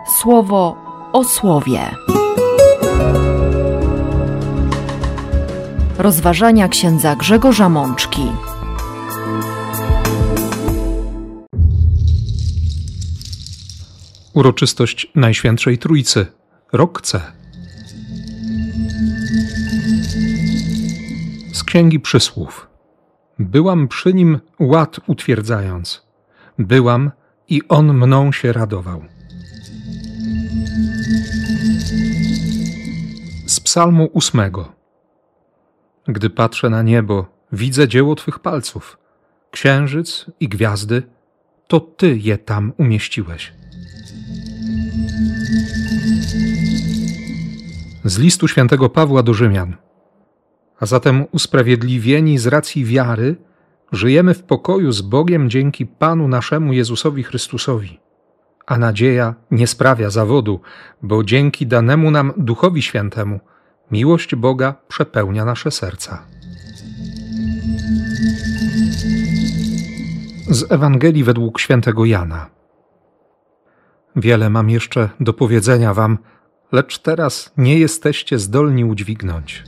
Słowo o słowie. Rozważania księdza Grzegorza Mączki. Uroczystość Najświętszej Trójcy, rok C. Z Księgi Przysłów. Byłam przy nim ład utwierdzając. Byłam i on mną się radował. Z Psalmu 8. Gdy patrzę na niebo, widzę dzieło Twych palców. Księżyc i gwiazdy, to Ty je tam umieściłeś. Z listu świętego Pawła do Rzymian. A zatem usprawiedliwieni z racji wiary, żyjemy w pokoju z Bogiem dzięki Panu naszemu Jezusowi Chrystusowi. A nadzieja nie sprawia zawodu, bo dzięki danemu nam Duchowi Świętemu miłość Boga przepełnia nasze serca. Z Ewangelii według świętego Jana. Wiele mam jeszcze do powiedzenia wam, lecz teraz nie jesteście zdolni udźwignąć.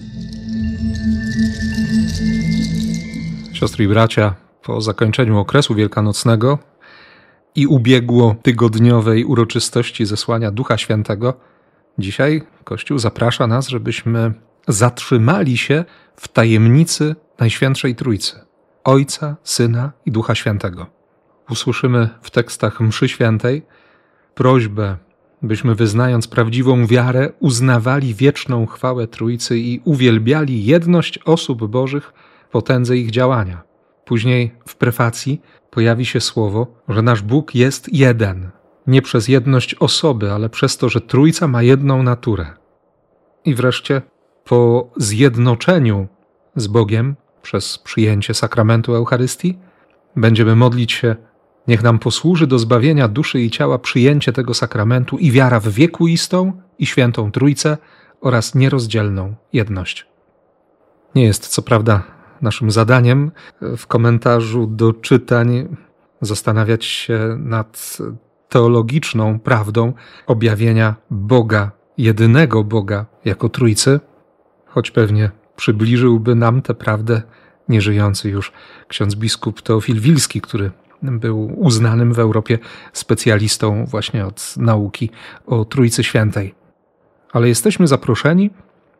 Siostry i bracia, po zakończeniu okresu wielkanocnego i ubiegłotygodniowej uroczystości zesłania Ducha Świętego, dzisiaj Kościół zaprasza nas, żebyśmy zatrzymali się w tajemnicy Najświętszej Trójcy, Ojca, Syna i Ducha Świętego. Usłyszymy w tekstach mszy świętej prośbę, byśmy wyznając prawdziwą wiarę uznawali wieczną chwałę Trójcy i uwielbiali jedność osób Bożych w potędze ich działania. Później w prefacji pojawi się słowo, że nasz Bóg jest jeden, nie przez jedność osoby, ale przez to, że Trójca ma jedną naturę. I wreszcie po zjednoczeniu z Bogiem przez przyjęcie sakramentu Eucharystii będziemy modlić się: niech nam posłuży do zbawienia duszy i ciała przyjęcie tego sakramentu i wiara w wiekuistą i świętą Trójcę oraz nierozdzielną jedność. Nie jest co prawda naszym zadaniem w komentarzu do czytań zastanawiać się nad teologiczną prawdą objawienia Boga, jedynego Boga jako Trójcy, choć pewnie przybliżyłby nam tę prawdę nieżyjący już ksiądz biskup Teofil Wilski, który był uznanym w Europie specjalistą właśnie od nauki o Trójcy Świętej. Ale jesteśmy zaproszeni,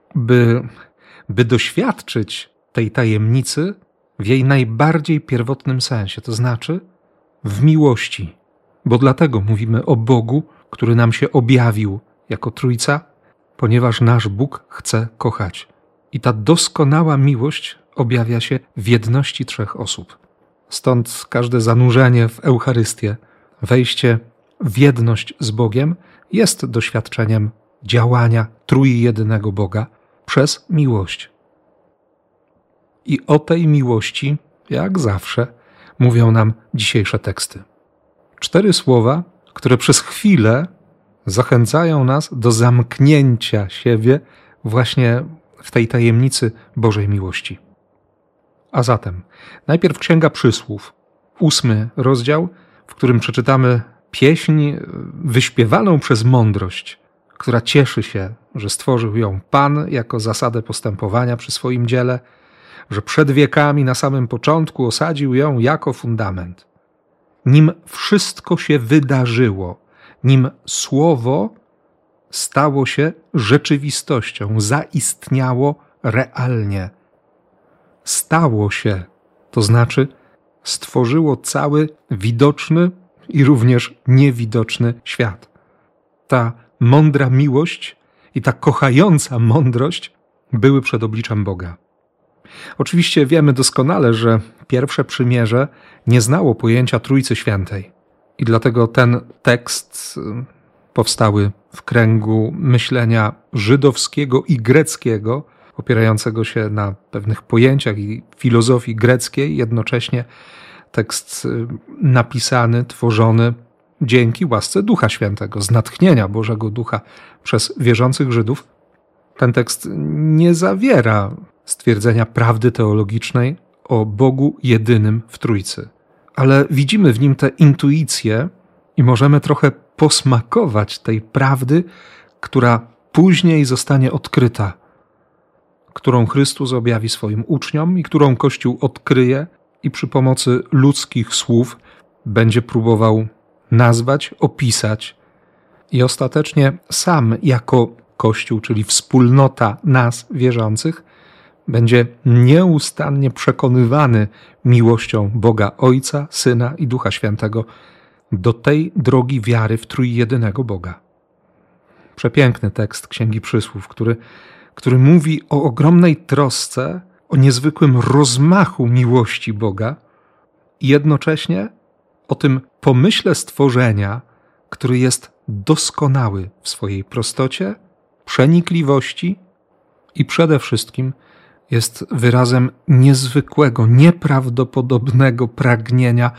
by doświadczyć tej tajemnicy w jej najbardziej pierwotnym sensie, to znaczy w miłości. Bo dlatego mówimy o Bogu, który nam się objawił jako Trójca, ponieważ nasz Bóg chce kochać. I ta doskonała miłość objawia się w jedności trzech osób. Stąd każde zanurzenie w Eucharystię, wejście w jedność z Bogiem jest doświadczeniem działania trójjedynego Boga przez miłość. I o tej miłości, jak zawsze, mówią nam dzisiejsze teksty. 4 słowa, które przez chwilę zachęcają nas do zamknięcia siebie właśnie w tej tajemnicy Bożej miłości. A zatem najpierw Księga Przysłów, 8 rozdział, w którym przeczytamy pieśń wyśpiewaną przez mądrość, która cieszy się, że stworzył ją Pan jako zasadę postępowania przy swoim dziele, że przed wiekami na samym początku osadził ją jako fundament. Nim wszystko się wydarzyło, nim Słowo stało się rzeczywistością, zaistniało realnie. Stało się, to znaczy stworzyło cały widoczny i również niewidoczny świat. Ta mądra miłość i ta kochająca mądrość były przed obliczem Boga. Oczywiście wiemy doskonale, że pierwsze przymierze nie znało pojęcia Trójcy Świętej i dlatego ten tekst powstały w kręgu myślenia żydowskiego i greckiego, opierającego się na pewnych pojęciach i filozofii greckiej, jednocześnie tekst napisany, tworzony dzięki łasce Ducha Świętego, z natchnienia Bożego Ducha przez wierzących Żydów. Ten tekst nie zawiera stwierdzenia prawdy teologicznej o Bogu jedynym w Trójcy, ale widzimy w nim tę intuicję i możemy trochę posmakować tej prawdy, która później zostanie odkryta, którą Chrystus objawi swoim uczniom i którą Kościół odkryje i przy pomocy ludzkich słów będzie próbował nazwać, opisać i ostatecznie sam jako Kościół, czyli wspólnota nas wierzących, będzie nieustannie przekonywany miłością Boga Ojca, Syna i Ducha Świętego do tej drogi wiary w trójjedynego Boga. Przepiękny tekst Księgi Przysłów, który mówi o ogromnej trosce, o niezwykłym rozmachu miłości Boga i jednocześnie o tym pomyśle stworzenia, który jest doskonały w swojej prostocie, przenikliwości i przede wszystkim jest wyrazem niezwykłego, nieprawdopodobnego pragnienia,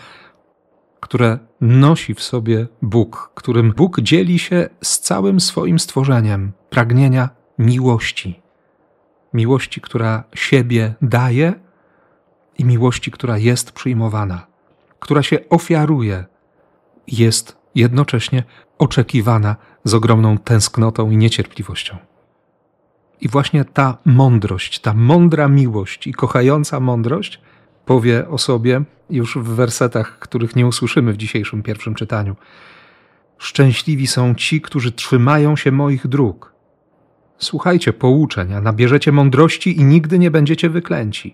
które nosi w sobie Bóg, którym Bóg dzieli się z całym swoim stworzeniem, pragnienia miłości. Miłości, która siebie daje i miłości, która jest przyjmowana, która się ofiaruje, jest jednocześnie oczekiwana z ogromną tęsknotą i niecierpliwością. I właśnie ta mądrość, ta mądra miłość i kochająca mądrość powie o sobie już w wersetach, których nie usłyszymy w dzisiejszym pierwszym czytaniu. Szczęśliwi są ci, którzy trzymają się moich dróg. Słuchajcie pouczeń, a nabierzecie mądrości i nigdy nie będziecie wyklęci.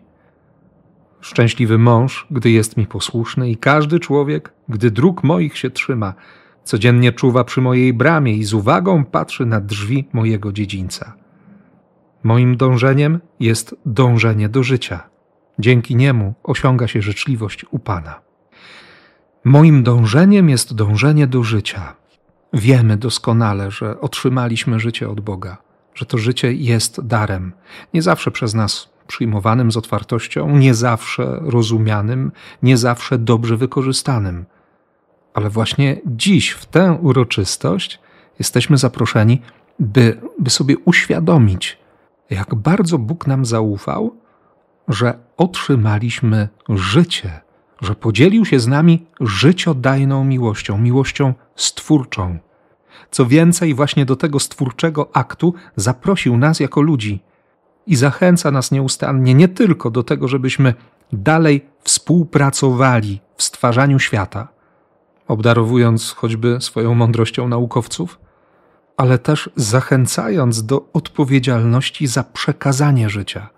Szczęśliwy mąż, gdy jest mi posłuszny i każdy człowiek, gdy dróg moich się trzyma, codziennie czuwa przy mojej bramie i z uwagą patrzy na drzwi mojego dziedzińca. Moim dążeniem jest dążenie do życia. Dzięki niemu osiąga się życzliwość u Pana. Moim dążeniem jest dążenie do życia. Wiemy doskonale, że otrzymaliśmy życie od Boga, że to życie jest darem, nie zawsze przez nas przyjmowanym z otwartością, nie zawsze rozumianym, nie zawsze dobrze wykorzystanym. Ale właśnie dziś, w tę uroczystość, jesteśmy zaproszeni, by sobie uświadomić, jak bardzo Bóg nam zaufał, że otrzymaliśmy życie, że podzielił się z nami życiodajną miłością, miłością stwórczą. Co więcej, właśnie do tego stwórczego aktu zaprosił nas jako ludzi i zachęca nas nieustannie nie tylko do tego, żebyśmy dalej współpracowali w stwarzaniu świata, obdarowując choćby swoją mądrością naukowców, ale też zachęcając do odpowiedzialności za przekazanie życia,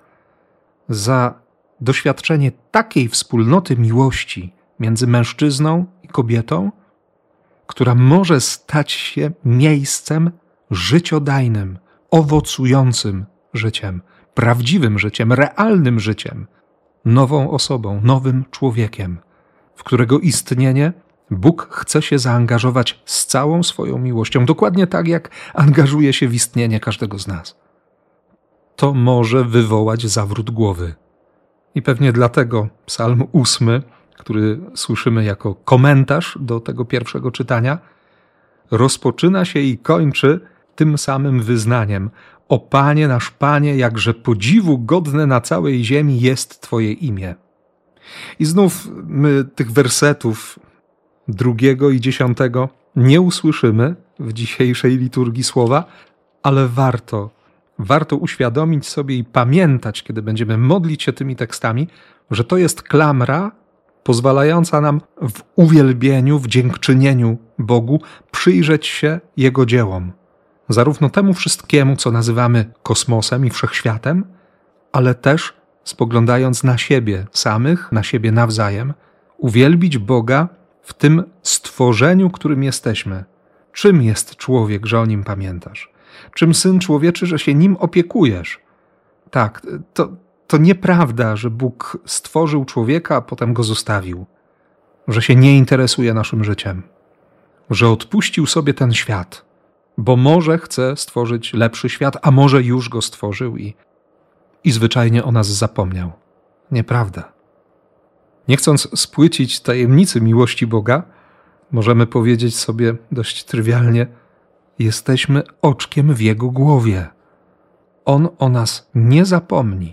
za doświadczenie takiej wspólnoty miłości między mężczyzną i kobietą, która może stać się miejscem życiodajnym, owocującym życiem, prawdziwym życiem, realnym życiem, nową osobą, nowym człowiekiem, w którego istnienie Bóg chce się zaangażować z całą swoją miłością, dokładnie tak, jak angażuje się w istnienie każdego z nas. To może wywołać zawrót głowy. I pewnie dlatego Psalm 8, który słyszymy jako komentarz do tego pierwszego czytania, rozpoczyna się i kończy tym samym wyznaniem: O Panie, nasz Panie, jakże podziwu godne na całej ziemi jest Twoje imię. I znów my tych wersetów 2 i 10 nie usłyszymy w dzisiejszej liturgii słowa, ale warto uświadomić sobie i pamiętać, kiedy będziemy modlić się tymi tekstami, że to jest klamra pozwalająca nam w uwielbieniu, w dziękczynieniu Bogu przyjrzeć się Jego dziełom. Zarówno temu wszystkiemu, co nazywamy kosmosem i wszechświatem, ale też spoglądając na siebie samych, na siebie nawzajem, uwielbić Boga w tym stworzeniu, którym jesteśmy. Czym jest człowiek, że o nim pamiętasz? Czym Syn Człowieczy, że się nim opiekujesz? Tak, to nieprawda, że Bóg stworzył człowieka, a potem go zostawił. Że się nie interesuje naszym życiem. Że odpuścił sobie ten świat. Bo może chce stworzyć lepszy świat, a może już go stworzył i zwyczajnie o nas zapomniał. Nieprawda. Nie chcąc spłycić tajemnicy miłości Boga, możemy powiedzieć sobie dość trywialnie: jesteśmy oczkiem w Jego głowie. On o nas nie zapomni.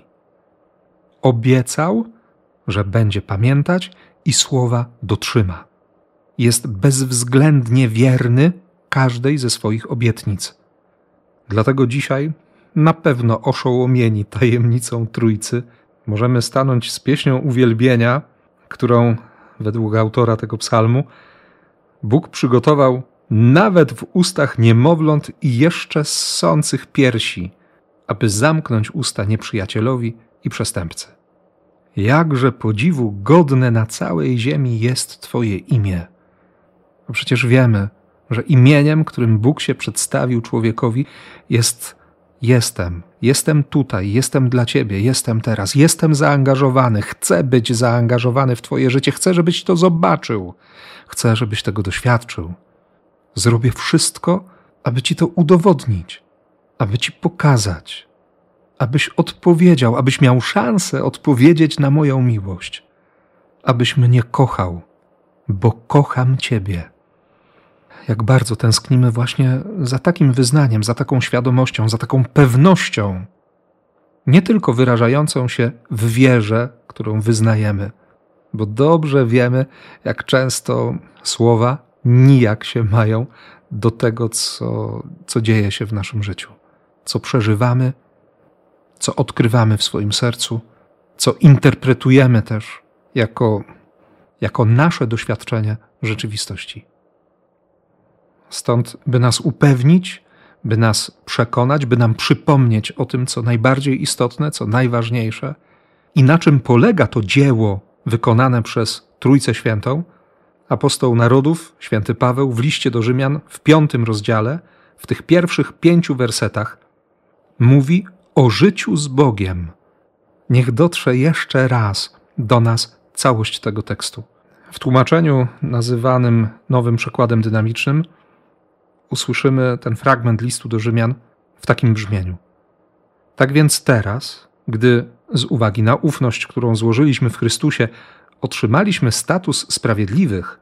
Obiecał, że będzie pamiętać i słowa dotrzyma. Jest bezwzględnie wierny każdej ze swoich obietnic. Dlatego dzisiaj, na pewno oszołomieni tajemnicą Trójcy, możemy stanąć z pieśnią uwielbienia, którą według autora tego psalmu Bóg przygotował nawet w ustach niemowląt i jeszcze ssących piersi, aby zamknąć usta nieprzyjacielowi i przestępcy. Jakże podziwu godne na całej ziemi jest Twoje imię. Bo przecież wiemy, że imieniem, którym Bóg się przedstawił człowiekowi, jest jestem tutaj, jestem dla Ciebie, jestem teraz, jestem zaangażowany, chcę być zaangażowany w Twoje życie, chcę, żebyś to zobaczył, chcę, żebyś tego doświadczył. Zrobię wszystko, aby Ci to udowodnić, aby Ci pokazać, abyś odpowiedział, abyś miał szansę odpowiedzieć na moją miłość, abyś mnie kochał, bo kocham Ciebie. Jak bardzo tęsknimy właśnie za takim wyznaniem, za taką świadomością, za taką pewnością, nie tylko wyrażającą się w wierze, którą wyznajemy, bo dobrze wiemy, jak często słowa nijak się mają do tego, co dzieje się w naszym życiu, co przeżywamy, co odkrywamy w swoim sercu, co interpretujemy też jako nasze doświadczenie rzeczywistości. Stąd, by nas upewnić, by nas przekonać, by nam przypomnieć o tym, co najbardziej istotne, co najważniejsze i na czym polega to dzieło wykonane przez Trójcę Świętą, apostoł narodów, święty Paweł w liście do Rzymian w 5 rozdziale, w tych pierwszych 5 wersetach mówi o życiu z Bogiem. Niech dotrze jeszcze raz do nas całość tego tekstu. W tłumaczeniu nazywanym Nowym Przekładem Dynamicznym usłyszymy ten fragment listu do Rzymian w takim brzmieniu. Tak więc teraz, gdy z uwagi na ufność, którą złożyliśmy w Chrystusie, otrzymaliśmy status sprawiedliwych,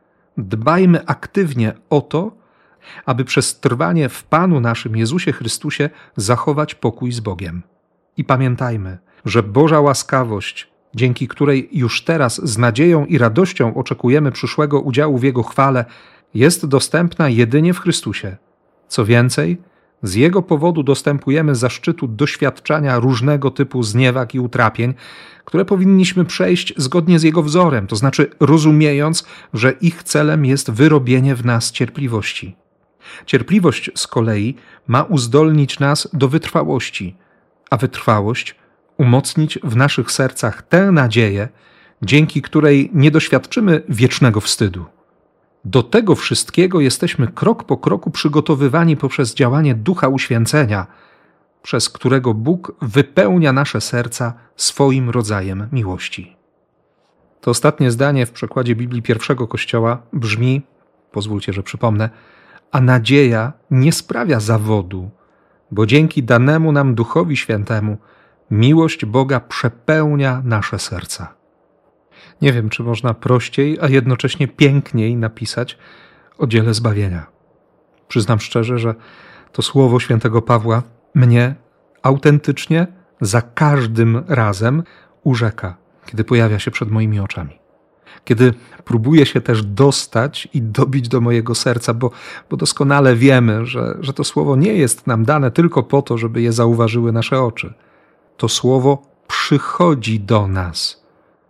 dbajmy aktywnie o to, aby przez trwanie w Panu naszym Jezusie Chrystusie zachować pokój z Bogiem. I pamiętajmy, że Boża łaskawość, dzięki której już teraz z nadzieją i radością oczekujemy przyszłego udziału w Jego chwale, jest dostępna jedynie w Chrystusie. Co więcej, z Jego powodu dostępujemy zaszczytu doświadczania różnego typu zniewag i utrapień, które powinniśmy przejść zgodnie z Jego wzorem, to znaczy rozumiejąc, że ich celem jest wyrobienie w nas cierpliwości. Cierpliwość z kolei ma uzdolnić nas do wytrwałości, a wytrwałość umocnić w naszych sercach tę nadzieję, dzięki której nie doświadczymy wiecznego wstydu. Do tego wszystkiego jesteśmy krok po kroku przygotowywani poprzez działanie Ducha Uświęcenia, przez którego Bóg wypełnia nasze serca swoim rodzajem miłości. To ostatnie zdanie w przekładzie Biblii pierwszego Kościoła brzmi, pozwólcie, że przypomnę, a nadzieja nie sprawia zawodu, bo dzięki danemu nam Duchowi Świętemu miłość Boga przepełnia nasze serca. Nie wiem, czy można prościej, a jednocześnie piękniej napisać o dziele zbawienia. Przyznam szczerze, że to słowo świętego Pawła mnie autentycznie za każdym razem urzeka, kiedy pojawia się przed moimi oczami. Kiedy próbuje się też dostać i dobić do mojego serca, bo doskonale wiemy, że to słowo nie jest nam dane tylko po to, żeby je zauważyły nasze oczy. To słowo przychodzi do nas.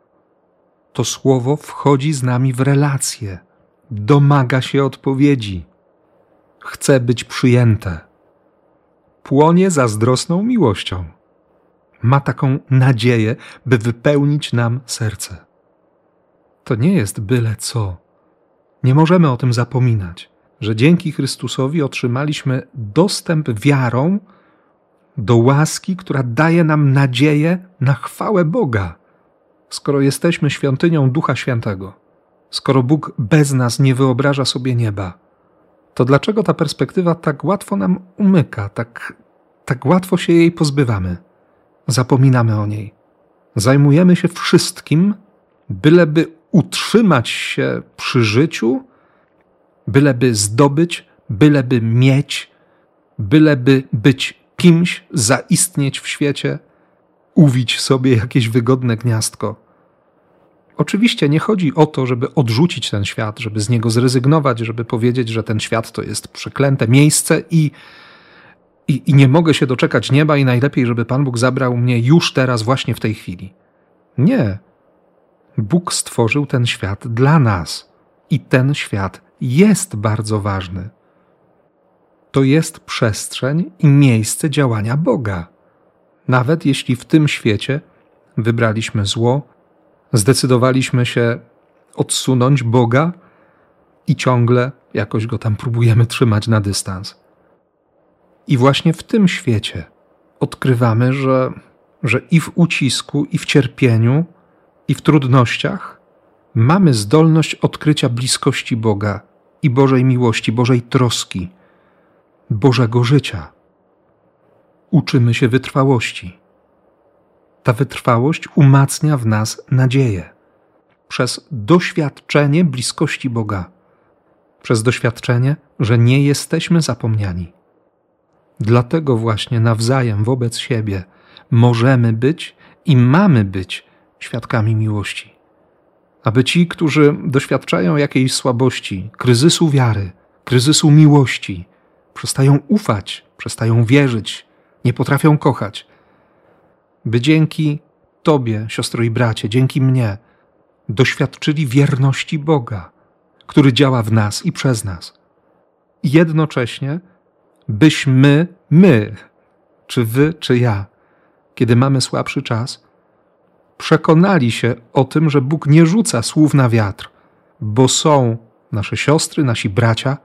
To słowo wchodzi z nami w relacje, domaga się odpowiedzi, chce być przyjęte, płonie zazdrosną miłością. Ma taką nadzieję, by wypełnić nam serce. To nie jest byle co. Nie możemy o tym zapominać, że dzięki Chrystusowi otrzymaliśmy dostęp wiarą do łaski, która daje nam nadzieję na chwałę Boga. Skoro jesteśmy świątynią Ducha Świętego, skoro Bóg bez nas nie wyobraża sobie nieba, to dlaczego ta perspektywa tak łatwo nam umyka, tak łatwo się jej pozbywamy? Zapominamy o niej. Zajmujemy się wszystkim, byleby utrzymać się przy życiu, byleby zdobyć, byleby mieć, byleby być kimś, zaistnieć w świecie, uwić sobie jakieś wygodne gniazdko. Oczywiście nie chodzi o to, żeby odrzucić ten świat, żeby z niego zrezygnować, żeby powiedzieć, że ten świat to jest przeklęte miejsce i nie mogę się doczekać nieba i najlepiej, żeby Pan Bóg zabrał mnie już teraz, właśnie w tej chwili. Nie. Bóg stworzył ten świat dla nas i ten świat jest bardzo ważny. To jest przestrzeń i miejsce działania Boga. Nawet jeśli w tym świecie wybraliśmy zło, zdecydowaliśmy się odsunąć Boga i ciągle jakoś Go tam próbujemy trzymać na dystans. I właśnie w tym świecie odkrywamy, że i w ucisku, i w cierpieniu, i w trudnościach mamy zdolność odkrycia bliskości Boga i Bożej miłości, Bożej troski, Bożego życia. Uczymy się wytrwałości. Ta wytrwałość umacnia w nas nadzieję. Przez doświadczenie bliskości Boga. Przez doświadczenie, że nie jesteśmy zapomniani. Dlatego właśnie nawzajem wobec siebie możemy być i mamy być świadkami miłości. Aby ci, którzy doświadczają jakiejś słabości, kryzysu wiary, kryzysu miłości, przestają ufać, przestają wierzyć, nie potrafią kochać, by dzięki Tobie, siostro i bracie, dzięki mnie, doświadczyli wierności Boga, który działa w nas i przez nas. I jednocześnie, byśmy my, czy wy, czy ja, kiedy mamy słabszy czas, przekonali się o tym, że Bóg nie rzuca słów na wiatr, bo są nasze siostry, nasi bracia,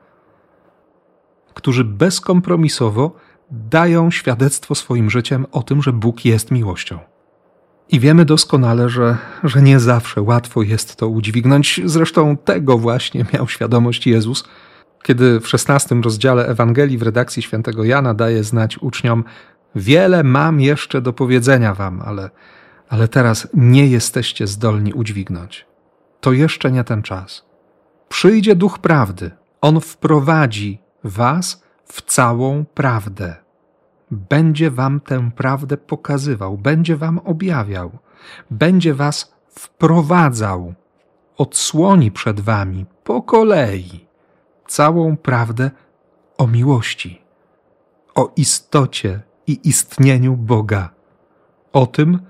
którzy bezkompromisowo dają świadectwo swoim życiem o tym, że Bóg jest miłością. I wiemy doskonale, że nie zawsze łatwo jest to udźwignąć. Zresztą tego właśnie miał świadomość Jezus, kiedy w 16 rozdziale Ewangelii w redakcji świętego Jana daje znać uczniom: wiele mam jeszcze do powiedzenia wam, ale teraz nie jesteście zdolni udźwignąć. To jeszcze nie ten czas. Przyjdzie Duch Prawdy. On wprowadzi was w całą prawdę. Będzie wam tę prawdę pokazywał, będzie wam objawiał, będzie was wprowadzał, odsłoni przed wami po kolei całą prawdę o miłości, o istocie i istnieniu Boga, o tym,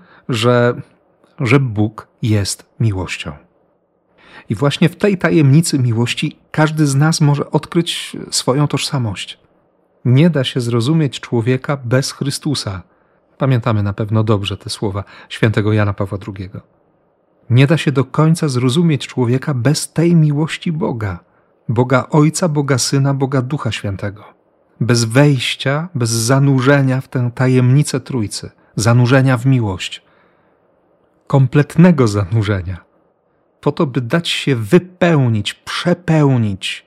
że Bóg jest miłością. I właśnie w tej tajemnicy miłości każdy z nas może odkryć swoją tożsamość. Nie da się zrozumieć człowieka bez Chrystusa. Pamiętamy na pewno dobrze te słowa świętego Jana Pawła II. Nie da się do końca zrozumieć człowieka bez tej miłości Boga. Boga Ojca, Boga Syna, Boga Ducha Świętego. Bez wejścia, bez zanurzenia w tę tajemnicę Trójcy, zanurzenia w miłość. Kompletnego zanurzenia. Po to, by dać się wypełnić, przepełnić,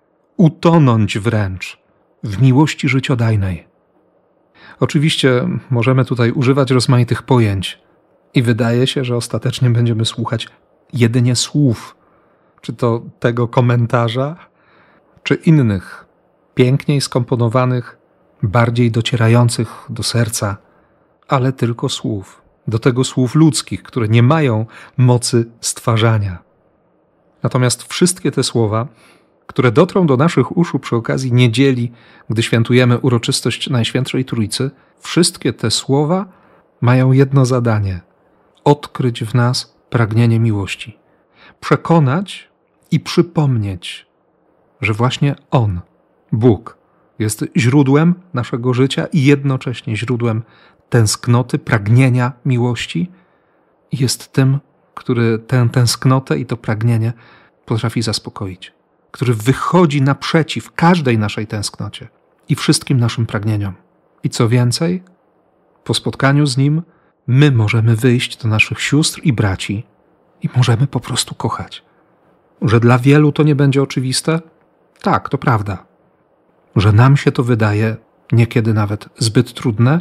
utonąć wręcz w miłości życiodajnej. Oczywiście możemy tutaj używać rozmaitych pojęć i wydaje się, że ostatecznie będziemy słuchać jedynie słów, czy to tego komentarza, czy innych, piękniej skomponowanych, bardziej docierających do serca, ale tylko słów. Do tego słów ludzkich, które nie mają mocy stwarzania. Natomiast wszystkie te słowa, które dotrą do naszych uszu przy okazji niedzieli, gdy świętujemy uroczystość Najświętszej Trójcy, wszystkie te słowa mają jedno zadanie: odkryć w nas pragnienie miłości. Przekonać i przypomnieć, że właśnie On, Bóg, jest źródłem naszego życia i jednocześnie źródłem tęsknoty, pragnienia miłości i jest tym, który tę tęsknotę i to pragnienie potrafi zaspokoić, który wychodzi naprzeciw każdej naszej tęsknocie i wszystkim naszym pragnieniom. I co więcej, po spotkaniu z Nim my możemy wyjść do naszych sióstr i braci i możemy po prostu kochać. Że dla wielu to nie będzie oczywiste? Tak, to prawda. Że nam się to wydaje niekiedy nawet zbyt trudne?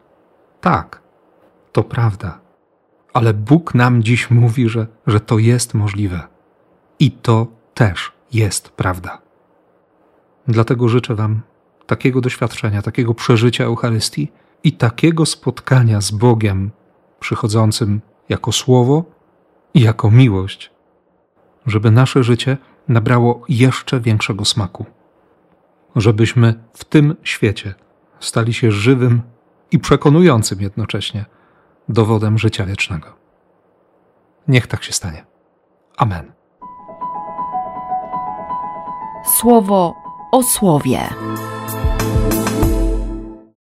Tak, to prawda. Ale Bóg nam dziś mówi, że to jest możliwe. I to też jest prawda. Dlatego życzę wam takiego doświadczenia, takiego przeżycia Eucharystii i takiego spotkania z Bogiem przychodzącym jako Słowo i jako miłość, żeby nasze życie nabrało jeszcze większego smaku. Żebyśmy w tym świecie stali się żywym i przekonującym jednocześnie dowodem życia wiecznego. Niech tak się stanie. Amen. Słowo o słowie.